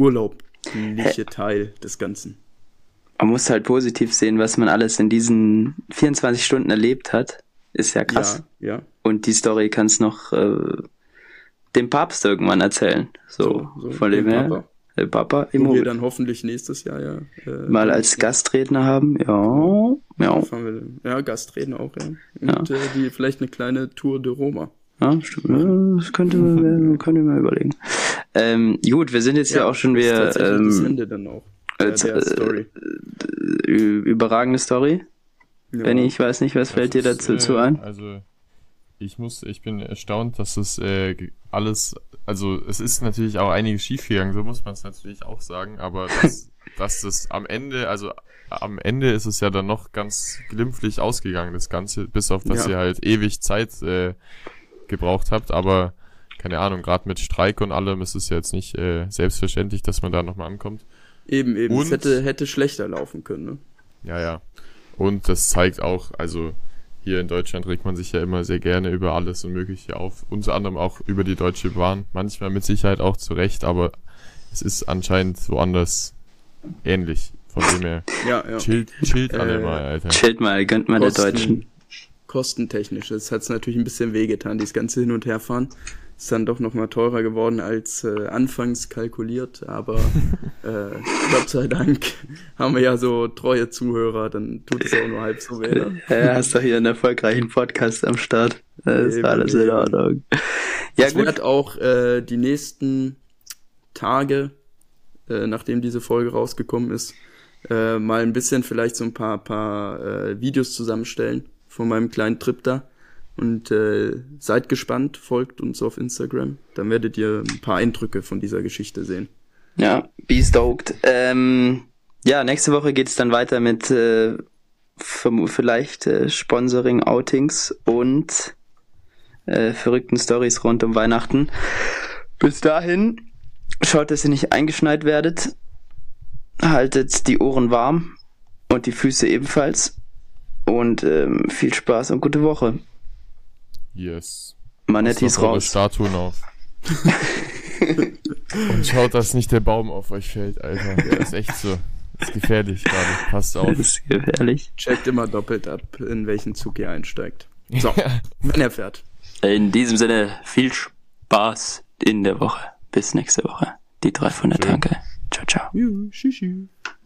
urlaubliche Teil des Ganzen. Man muss halt positiv sehen, was man alles in diesen vierundzwanzig Stunden erlebt hat. Ist ja krass. Ja, ja. Und die Story kannst noch äh, dem Papst irgendwann erzählen. So, So, so, von dem dem her. Papa. äh, Papa Wo wir Immo dann hoffentlich nächstes Jahr ja äh, mal als Gastredner haben. Ja, ja. fahren wir, ja, Gastredner auch, ja. Und ja. Äh, die vielleicht eine kleine Tour de Roma. Ja, stimmt. Ja, das könnte man, könnte man überlegen. Ähm, gut, wir sind jetzt ja, ja auch schon wieder. Das ist tatsächlich ähm, das Ende dann auch. Äh, der äh, Story. Äh, überragende Story. Ja. Benni, ich weiß nicht, was das fällt dir dazu ist, äh, ein? Also, ich muss, ich bin erstaunt, dass das äh, alles, also es ist natürlich auch einiges schiefgegangen, so muss man es natürlich auch sagen, aber dass, dass das am Ende, also am Ende ist es ja dann noch ganz glimpflich ausgegangen, das Ganze, bis auf, dass ja. ihr halt ewig Zeit äh, gebraucht habt, aber keine Ahnung, gerade mit Streik und allem ist es ja jetzt nicht äh, selbstverständlich, dass man da nochmal ankommt. Eben, eben, und, es hätte, hätte schlechter laufen können, ne? Ja, ja. Und das zeigt auch, also hier in Deutschland regt man sich ja immer sehr gerne über alles und Mögliche auf. Unter anderem auch über die Deutsche Bahn. Manchmal mit Sicherheit auch zu Recht, aber es ist anscheinend woanders ähnlich. Von dem her. Ja, ja. Chillt, chillt äh, alle mal, Alter. Chillt mal, gönnt mal Kosten, der Deutschen. Kostentechnisch. Das hat es natürlich ein bisschen wehgetan, dieses ganze Hin- und Herfahren. Ist dann doch nochmal teurer geworden als äh, anfangs kalkuliert, aber äh, Gott sei Dank haben wir ja so treue Zuhörer, dann tut es auch nur halb so weh. Ne? Ja, hast doch hier einen erfolgreichen Podcast am Start. Das ist alles in Ordnung. Ja, ich werde auch äh, die nächsten Tage, äh, nachdem diese Folge rausgekommen ist, äh, mal ein bisschen vielleicht so ein paar, paar äh, Videos zusammenstellen von meinem kleinen Trip da. Und äh, seid gespannt, folgt uns auf Instagram. Dann werdet ihr ein paar Eindrücke von dieser Geschichte sehen. Ja, be stoked. Ähm, ja, nächste Woche geht es dann weiter mit äh, vielleicht äh, Sponsoring, Outings und äh, verrückten Stories rund um Weihnachten. Bis dahin, schaut, dass ihr nicht eingeschneit werdet. Haltet die Ohren warm und die Füße ebenfalls. Und ähm, viel Spaß und gute Woche. Yes. Manetti ist raus. Statuen auf. Und schaut, dass nicht der Baum auf euch fällt, Alter. Das ist echt so. Das ist gefährlich gerade. Passt auf. Das ist gefährlich. Checkt immer doppelt ab, in welchen Zug ihr einsteigt. So, wenn er fährt. In diesem Sinne, viel Spaß in der Woche. Bis nächste Woche. Die drei von der Schön. Tanke. Ciao, ciao. Juhu, tschüss.